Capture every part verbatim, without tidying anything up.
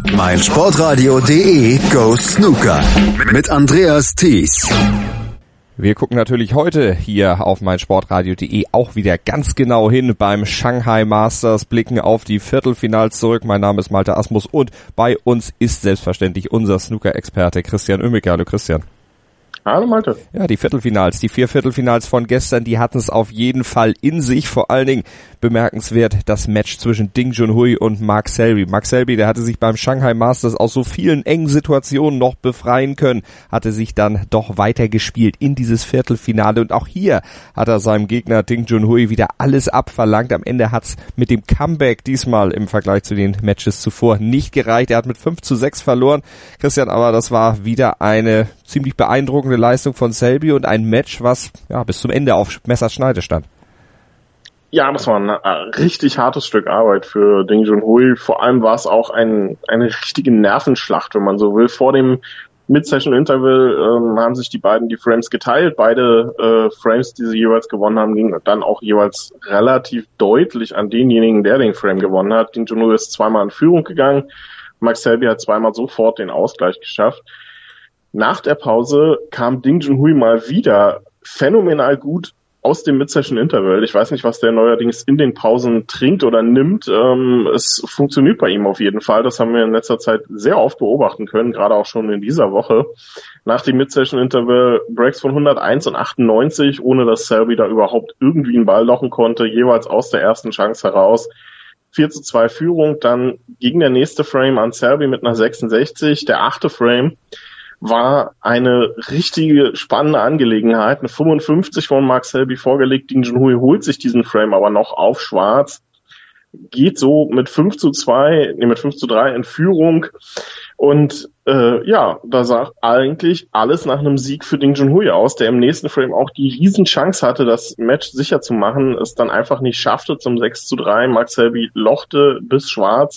mein Sportradio punkt de Go Snooker mit Andreas Thies. Wir gucken natürlich heute hier auf mein Sportradio punkt de auch wieder ganz genau hin beim Shanghai Masters, blicken auf die Viertelfinals zurück. Mein Name ist Malte Asmus und bei uns ist selbstverständlich unser Snooker-Experte Christian Oemmeke. Hallo Christian. Hallo Malte. Ja, die Viertelfinals, die vier Viertelfinals von gestern, die hatten es auf jeden Fall in sich. Vor allen Dingen bemerkenswert das Match zwischen Ding Junhui und Mark Selby. Mark Selby, der hatte sich beim Shanghai Masters aus so vielen engen Situationen noch befreien können, hatte sich dann doch weitergespielt in dieses Viertelfinale. Und auch hier hat er seinem Gegner Ding Junhui wieder alles abverlangt. Am Ende hat's mit dem Comeback diesmal im Vergleich zu den Matches zuvor nicht gereicht. Er hat mit fünf zu sechs verloren. Christian, aber das war wieder eine ziemlich beeindruckende Leistung von Selby und ein Match, was ja bis zum Ende auf Messerschneide stand. Ja, das war ein richtig hartes Stück Arbeit für Ding Junhui. Vor allem war es auch ein, eine richtige Nervenschlacht, wenn man so will. Vor dem Mid-Session-Interval ähm, haben sich die beiden die Frames geteilt. Beide äh, Frames, die sie jeweils gewonnen haben, gingen dann auch jeweils relativ deutlich an denjenigen, der den Frame gewonnen hat. Ding Junhui ist zweimal in Führung gegangen. Mark Selby hat zweimal sofort den Ausgleich geschafft. Nach der Pause kam Ding Junhui mal wieder phänomenal gut aus dem Mid-Session-Interval. Ich weiß nicht, was der neuerdings in den Pausen trinkt oder nimmt. Ähm, es funktioniert bei ihm auf jeden Fall. Das haben wir in letzter Zeit sehr oft beobachten können, gerade auch schon in dieser Woche. Nach dem Mid-Session-Interval Breaks von hunderteins und achtundneunzig, ohne dass Selby da überhaupt irgendwie einen Ball lochen konnte, jeweils aus der ersten Chance heraus. vier zu zwei Führung, dann ging der nächste Frame an Selby mit einer sechsundsechzig, der achte Frame war eine richtige spannende Angelegenheit. Eine fünfundfünfzig von Mark Selby vorgelegt. Ding Junhui holt sich diesen Frame aber noch auf schwarz. Geht so mit fünf zu zwei, nee, mit fünf zu drei in Führung. Und äh, ja, da sah eigentlich alles nach einem Sieg für Ding Junhui aus, der im nächsten Frame auch die Riesenchance hatte, das Match sicher zu machen, es dann einfach nicht schaffte zum sechs zu drei. Mark Selby lochte bis schwarz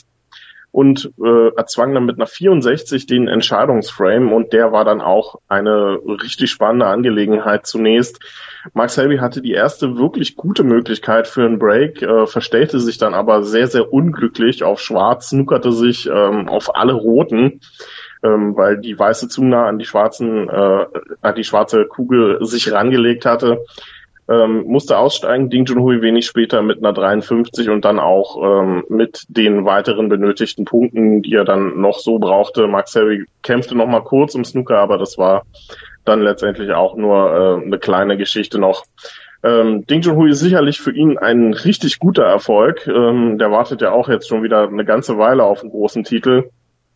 und äh, erzwang dann mit einer vierundsechzig den Entscheidungsframe und der war dann auch eine richtig spannende Angelegenheit zunächst. Mark Selby hatte die erste wirklich gute Möglichkeit für einen Break, äh, verstellte sich dann aber sehr, sehr unglücklich auf schwarz, snookerte sich ähm, auf alle Roten, ähm, weil die weiße zu nah an die schwarzen, äh, an die schwarze Kugel sich rangelegt hatte. Ähm, musste aussteigen, Ding Junhui wenig später mit einer dreiundfünfzig und dann auch ähm, mit den weiteren benötigten Punkten, die er dann noch so brauchte. Mark Selby kämpfte noch mal kurz um Snooker, aber das war dann letztendlich auch nur äh, eine kleine Geschichte noch. Ähm, Ding Junhui ist sicherlich für ihn ein richtig guter Erfolg. Ähm, der wartet ja auch jetzt schon wieder eine ganze Weile auf einen großen Titel.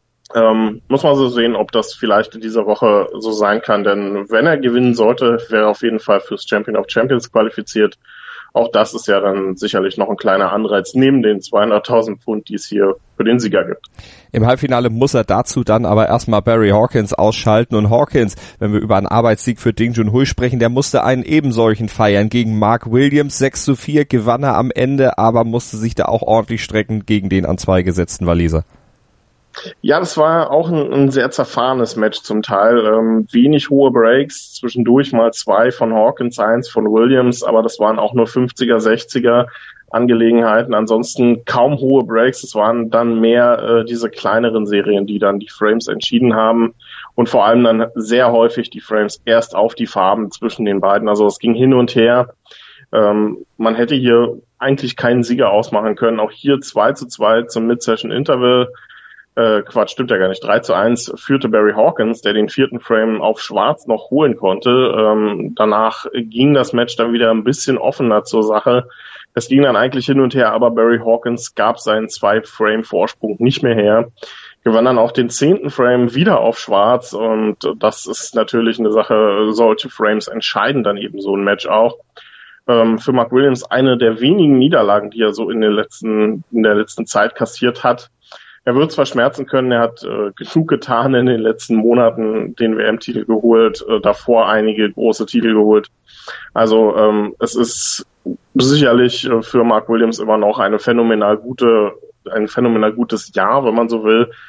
Ähm, muss man so sehen, ob das vielleicht in dieser Woche so sein kann, denn wenn er gewinnen sollte, wäre er auf jeden Fall fürs Champion of Champions qualifiziert. Auch das ist ja dann sicherlich noch ein kleiner Anreiz neben den zweihunderttausend Pfund, die es hier für den Sieger gibt. Im Halbfinale muss er dazu dann aber erstmal Barry Hawkins ausschalten und Hawkins, wenn wir über einen Arbeitssieg für Ding Junhui sprechen, der musste einen ebensolchen feiern gegen Mark Williams. sechs zu vier gewann er am Ende, aber musste sich da auch ordentlich strecken gegen den an zwei gesetzten Waliser. Ja, das war auch ein, ein sehr zerfahrenes Match zum Teil. Ähm, wenig hohe Breaks, zwischendurch mal zwei von Hawkins, eins von Williams, aber das waren auch nur fünfziger, sechziger Angelegenheiten. Ansonsten kaum hohe Breaks. Es waren dann mehr äh, diese kleineren Serien, die dann die Frames entschieden haben und vor allem dann sehr häufig die Frames erst auf die Farben zwischen den beiden. Also es ging hin und her. Ähm, man hätte hier eigentlich keinen Sieger ausmachen können. Auch hier zwei zu zwei zum Mid-Session-Interval. Äh, Quatsch, stimmt ja gar nicht. drei zu eins führte Barry Hawkins, der den vierten Frame auf schwarz noch holen konnte. Ähm, danach ging das Match dann wieder ein bisschen offener zur Sache. Es ging dann eigentlich hin und her, aber Barry Hawkins gab seinen Zwei-Frame-Vorsprung nicht mehr her. Gewann dann auch den zehnten Frame wieder auf schwarz und das ist natürlich eine Sache, solche Frames entscheiden dann eben so ein Match auch. Ähm, für Mark Williams eine der wenigen Niederlagen, die er so in der letzten, in der letzten Zeit kassiert hat. Er wird zwar schmerzen können, er hat äh, genug getan in den letzten Monaten, den W M-Titel geholt, äh, davor einige große Titel geholt. Also ähm, es ist sicherlich äh, für Mark Williams immer noch eine phänomenal gute, ein phänomenal gutes Jahr, wenn man so will.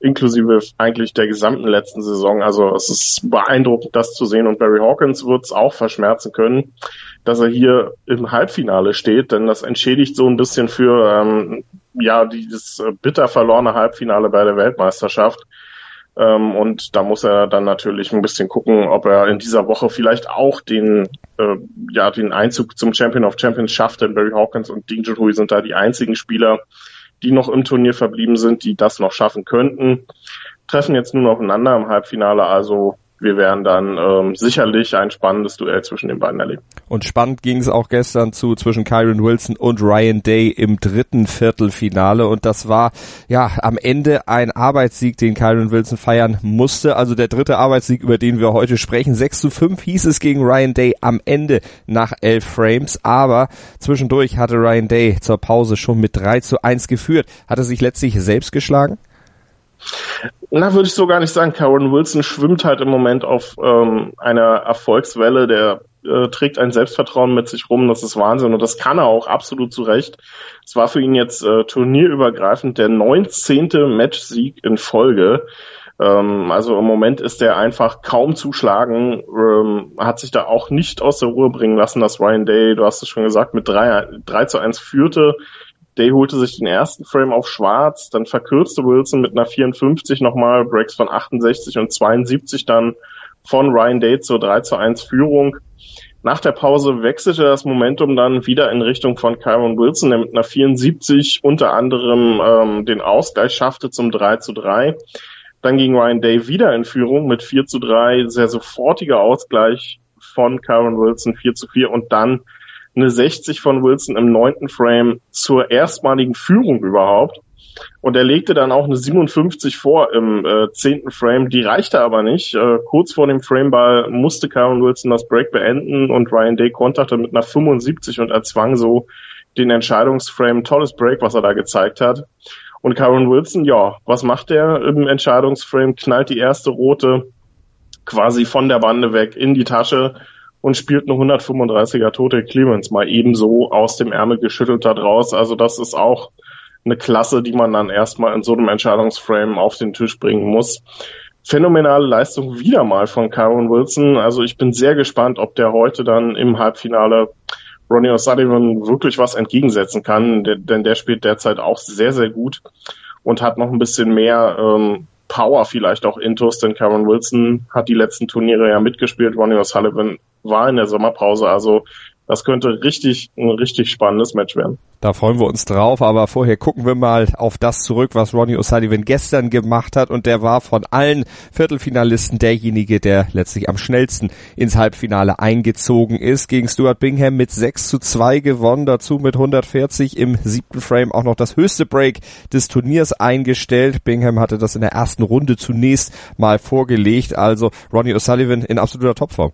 inklusive eigentlich der gesamten letzten Saison. Also es ist beeindruckend, das zu sehen, und Barry Hawkins wird es auch verschmerzen können, dass er hier im Halbfinale steht, denn das entschädigt so ein bisschen für ähm, ja dieses bitter verlorene Halbfinale bei der Weltmeisterschaft. Ähm, und da muss er dann natürlich ein bisschen gucken, ob er in dieser Woche vielleicht auch den äh, ja den Einzug zum Champion of Champions schafft, denn Barry Hawkins und Ding Junhui sind da die einzigen Spieler, die noch im Turnier verblieben sind, die das noch schaffen könnten. Treffen jetzt nun aufeinander im Halbfinale, also wir werden dann ähm, sicherlich ein spannendes Duell zwischen den beiden erleben. Und spannend ging es auch gestern zu zwischen Kyron Wilson und Ryan Day im dritten Viertelfinale, und das war ja am Ende ein Arbeitssieg, den Kyron Wilson feiern musste, also der dritte Arbeitssieg, über den wir heute sprechen. sechs zu fünf hieß es gegen Ryan Day am Ende nach elf Frames, aber zwischendurch hatte Ryan Day zur Pause schon mit drei zu eins geführt. Hat er sich letztlich selbst geschlagen? Na, würde ich so gar nicht sagen. Kyron Wilson schwimmt halt im Moment auf ähm, einer Erfolgswelle, der äh, trägt ein Selbstvertrauen mit sich rum, das ist Wahnsinn, und das kann er auch absolut zu Recht. Es war für ihn jetzt äh, turnierübergreifend der neunzehnte Matchsieg in Folge. Ähm, also im Moment ist er einfach kaum zu schlagen, ähm, hat sich da auch nicht aus der Ruhe bringen lassen, dass Ryan Day, du hast es schon gesagt, mit drei zu eins führte. Day holte sich den ersten Frame auf schwarz, dann verkürzte Wilson mit einer vierundfünfzig nochmal, Breaks von achtundsechzig und zweiundsiebzig dann von Ryan Day zur drei zu eins Führung. Nach der Pause wechselte das Momentum dann wieder in Richtung von Kyron Wilson, der mit einer vierundsiebzig unter anderem ähm, den Ausgleich schaffte zum drei zu drei. Dann ging Ryan Day wieder in Führung mit vier zu drei, sehr sofortiger Ausgleich von Kyron Wilson, vier zu vier, und dann eine sechzig von Wilson im neunten Frame zur erstmaligen Führung überhaupt. Und er legte dann auch eine siebenundfünfzig vor im äh, zehnten Frame. Die reichte aber nicht. Äh, kurz vor dem Frameball musste Kyron Wilson das Break beenden und Ryan Day konterte mit einer fünfundsiebzig und erzwang so den Entscheidungsframe. Tolles Break, was er da gezeigt hat. Und Kyron Wilson, ja, was macht er im Entscheidungsframe? Knallt die erste rote quasi von der Bande weg in die Tasche und spielt eine hundertfünfunddreißiger Total Clearance mal ebenso aus dem Ärmel geschüttelt da draus. Also das ist auch eine Klasse, die man dann erstmal in so einem Entscheidungsframe auf den Tisch bringen muss. Phänomenale Leistung wieder mal von Kyron Wilson. Also ich bin sehr gespannt, ob der heute dann im Halbfinale Ronnie O'Sullivan wirklich was entgegensetzen kann, denn der spielt derzeit auch sehr, sehr gut und hat noch ein bisschen mehr ähm, Power vielleicht auch intus, denn Kyron Wilson hat die letzten Turniere ja mitgespielt, Ronnie O'Sullivan war in der Sommerpause, also das könnte richtig ein richtig spannendes Match werden. Da freuen wir uns drauf, aber vorher gucken wir mal auf das zurück, was Ronnie O'Sullivan gestern gemacht hat, und der war von allen Viertelfinalisten derjenige, der letztlich am schnellsten ins Halbfinale eingezogen ist. Gegen Stuart Bingham mit sechs zu zwei gewonnen, dazu mit hundertvierzig im siebten Frame auch noch das höchste Break des Turniers eingestellt. Bingham hatte das in der ersten Runde zunächst mal vorgelegt, also Ronnie O'Sullivan in absoluter Topform.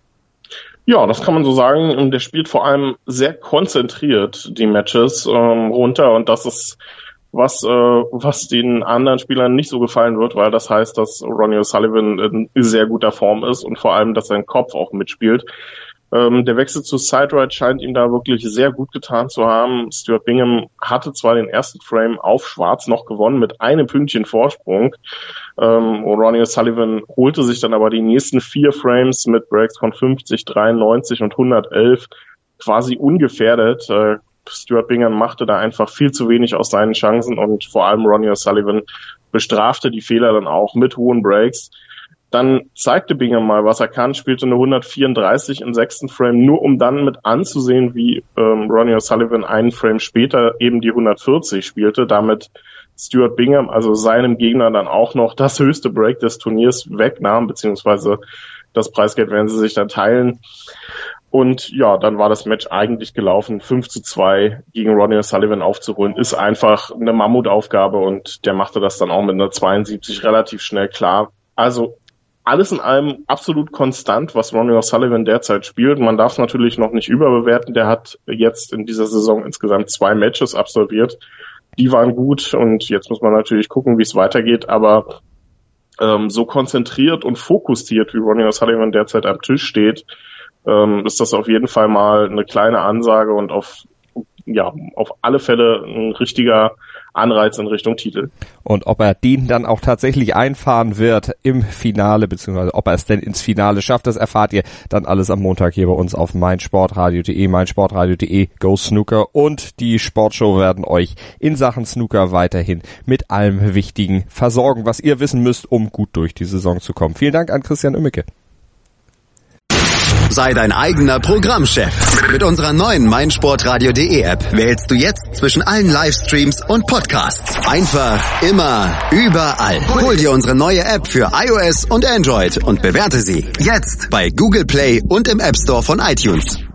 Ja, das kann man so sagen. Der spielt vor allem sehr konzentriert die Matches ähm, runter, und das ist was, äh, was den anderen Spielern nicht so gefallen wird, weil das heißt, dass Ronnie O'Sullivan in sehr guter Form ist und vor allem, dass sein Kopf auch mitspielt. Ähm, der Wechsel zu Side-Right scheint ihm da wirklich sehr gut getan zu haben. Stuart Bingham hatte zwar den ersten Frame auf Schwarz noch gewonnen mit einem Pünktchen Vorsprung. Ähm, und Ronnie O'Sullivan holte sich dann aber die nächsten vier Frames mit Breaks von fünfzig, dreiundneunzig und hundertelf quasi ungefährdet. Äh, Stuart Bingham machte da einfach viel zu wenig aus seinen Chancen, und vor allem Ronnie O'Sullivan bestrafte die Fehler dann auch mit hohen Breaks. Dann zeigte Bingham mal, was er kann, spielte eine hundertvierunddreißig im sechsten Frame, nur um dann mit anzusehen, wie ähm, Ronnie O'Sullivan einen Frame später eben die hundertvierzig spielte, damit Stuart Bingham, also seinem Gegner, dann auch noch das höchste Break des Turniers wegnahm, beziehungsweise das Preisgeld werden sie sich dann teilen. Und ja, dann war das Match eigentlich gelaufen. fünf zu zwei gegen Ronnie O'Sullivan aufzuholen, ist einfach eine Mammutaufgabe, und der machte das dann auch mit einer zweiundsiebzig relativ schnell klar. Also alles in allem absolut konstant, was Ronnie O'Sullivan derzeit spielt. Man darf es natürlich noch nicht überbewerten. Der hat jetzt in dieser Saison insgesamt zwei Matches absolviert. Die waren gut, und jetzt muss man natürlich gucken, wie es weitergeht. Aber ähm, so konzentriert und fokussiert, wie Ronnie O'Sullivan derzeit am Tisch steht, ähm, ist das auf jeden Fall mal eine kleine Ansage und auf ja auf alle Fälle ein richtiger Anreiz in Richtung Titel. Und ob er den dann auch tatsächlich einfahren wird im Finale, beziehungsweise ob er es denn ins Finale schafft, das erfahrt ihr dann alles am Montag hier bei uns auf meinsportradio punkt de, meinsportradio punkt de, Go Snooker und die Sportshow werden euch in Sachen Snooker weiterhin mit allem Wichtigen versorgen, was ihr wissen müsst, um gut durch die Saison zu kommen. Vielen Dank an Christian Oemmeke. Sei dein eigener Programmchef. Mit unserer neuen meinsportradio punkt de App wählst du jetzt zwischen allen Livestreams und Podcasts. Einfach, immer, überall. Hol dir unsere neue App für iOS und Android und bewerte sie jetzt bei Google Play und im App Store von iTunes.